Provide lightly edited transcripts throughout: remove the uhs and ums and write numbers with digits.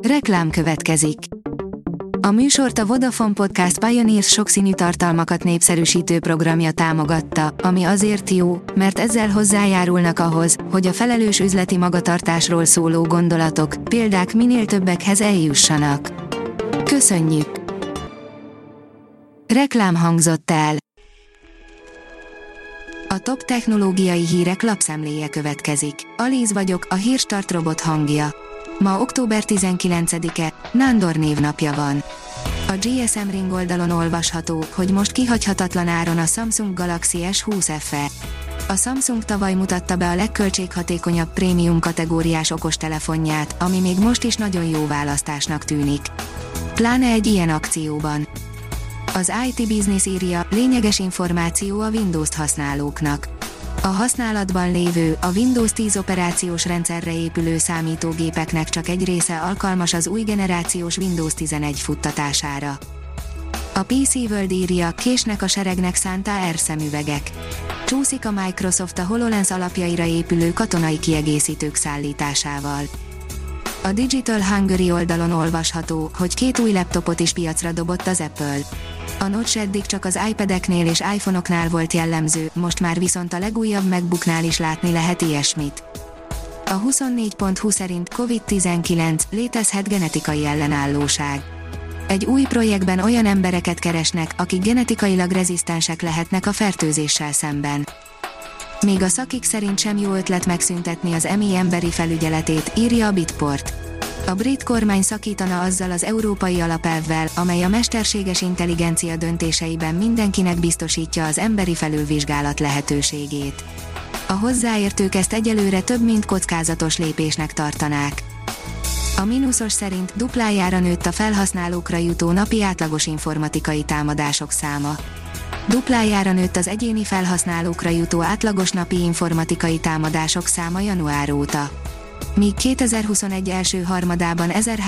Reklám következik. A műsort a Vodafone Podcast Pioneers sokszínű tartalmakat népszerűsítő programja támogatta, ami azért jó, mert ezzel hozzájárulnak ahhoz, hogy a felelős üzleti magatartásról szóló gondolatok, példák minél többekhez eljussanak. Köszönjük! Reklám hangzott el. A top technológiai hírek lapszemléje következik. Alíz vagyok, a Hírstart robot hangja. Ma október 19-e, Nándor névnapja van. A GSM Ring oldalon olvasható, hogy most kihagyhatatlan áron a Samsung Galaxy S20 FE. A Samsung tavaly mutatta be a legköltséghatékonyabb prémium kategóriás okostelefonját, ami még most is nagyon jó választásnak tűnik. Pláne egy ilyen akcióban. Az IT Business írja, lényeges információ a Windows-t használóknak. A használatban lévő, a Windows 10 operációs rendszerre épülő számítógépeknek csak egy része alkalmas az új generációs Windows 11 futtatására. A PC World írja, késnek a seregnek szánt AR szemüvegek. Csúszik a Microsoft a HoloLens alapjaira épülő katonai kiegészítők szállításával. A Digital Hungary oldalon olvasható, hogy 2 új laptopot is piacra dobott az Apple. A notch eddig csak az iPad-eknél és iPhone-oknál volt jellemző, most már viszont a legújabb MacBooknál is látni lehet ilyesmit. A 24.20 szerint COVID-19, létezhet genetikai ellenállóság. Egy új projektben olyan embereket keresnek, akik genetikailag rezisztensek lehetnek a fertőzéssel szemben. Még a szakik szerint sem jó ötlet megszüntetni az EMI emberi felügyeletét, írja a Bitport. A brit kormány szakítana azzal az európai alapelvvel, amely a mesterséges intelligencia döntéseiben mindenkinek biztosítja az emberi felülvizsgálat lehetőségét. A hozzáértők ezt egyelőre több mint kockázatos lépésnek tartanák. A mínuszos szerint duplájára nőtt a felhasználókra jutó napi átlagos informatikai támadások száma. Duplájára nőtt az egyéni felhasználókra jutó átlagos napi informatikai támadások száma január óta. Míg 2021 első harmadában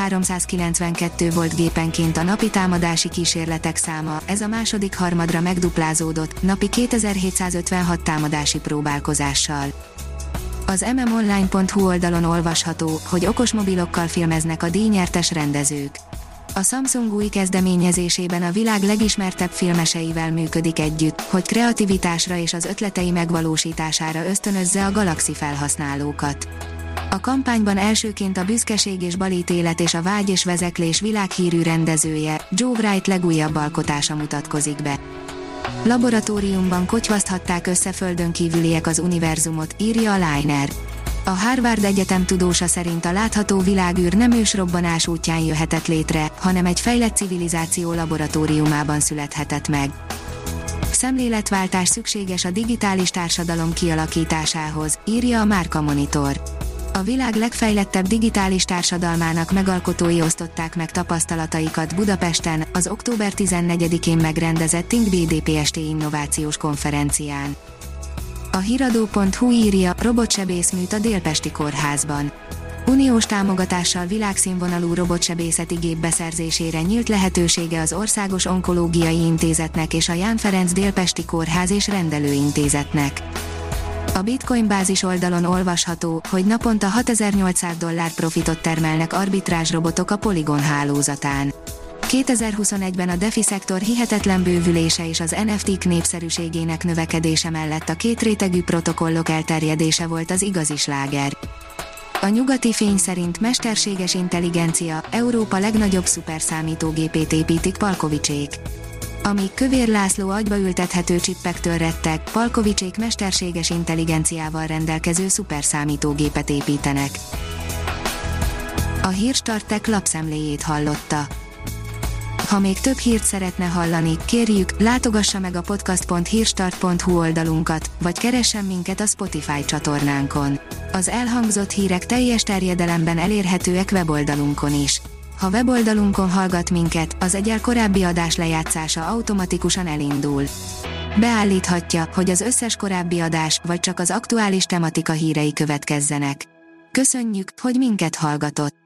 1392 volt gépenként a napi támadási kísérletek száma, ez a második harmadra megduplázódott, napi 2756 támadási próbálkozással. Az mmonline.hu oldalon olvasható, hogy okosmobilokkal filmeznek a díjnyertes rendezők. A Samsung új kezdeményezésében a világ legismertebb filmeseivel működik együtt, hogy kreativitásra és az ötletei megvalósítására ösztönözze a Galaxy felhasználókat. A kampányban elsőként a Büszkeség és balítélet és a Vágy és vezeklés világhírű rendezője, Joe Wright legújabb alkotása mutatkozik be. Laboratóriumban kotyvaszthatták össze földön kívüliek az univerzumot, írja a Liner. A Harvard Egyetem tudósa szerint a látható világűr nem ősrobbanás útján jöhetett létre, hanem egy fejlett civilizáció laboratóriumában születhetett meg. Szemléletváltás szükséges a digitális társadalom kialakításához, írja a Márka Monitor. A világ legfejlettebb digitális társadalmának megalkotói osztották meg tapasztalataikat Budapesten, az október 14-én megrendezett Think BDPST innovációs konferencián. A hiradó.hu írja, robotsebészműt a Délpesti Kórházban. Uniós támogatással világszínvonalú robotsebészeti gép beszerzésére nyílt lehetősége az Országos Onkológiai Intézetnek és a Ján Ferenc Délpesti Kórház és Rendelőintézetnek. A Bitcoin bázis oldalon olvasható, hogy naponta $6800 profitot termelnek arbitrázsrobotok a Polygon hálózatán. 2021-ben a DeFi szektor hihetetlen bővülése és az NFT-k népszerűségének növekedése mellett a kétrétegű protokollok elterjedése volt az igazi sláger. A nyugati fény szerint mesterséges intelligencia, Európa legnagyobb szuperszámítógépét építik Palkovicsék. Amíg Kövér László agyba ültethető csippektől rettek, Palkovicsék mesterséges intelligenciával rendelkező szuperszámítógépet építenek. A Hírstart Tech lapszemléjét hallotta. Ha még több hírt szeretne hallani, kérjük, látogassa meg a podcast.hírstart.hu oldalunkat, vagy keressen minket a Spotify csatornánkon. Az elhangzott hírek teljes terjedelemben elérhetőek weboldalunkon is. Ha weboldalunkon hallgat minket, az egyel korábbi adás lejátszása automatikusan elindul. Beállíthatja, hogy az összes korábbi adás, vagy csak az aktuális tematika hírei következzenek. Köszönjük, hogy minket hallgatott!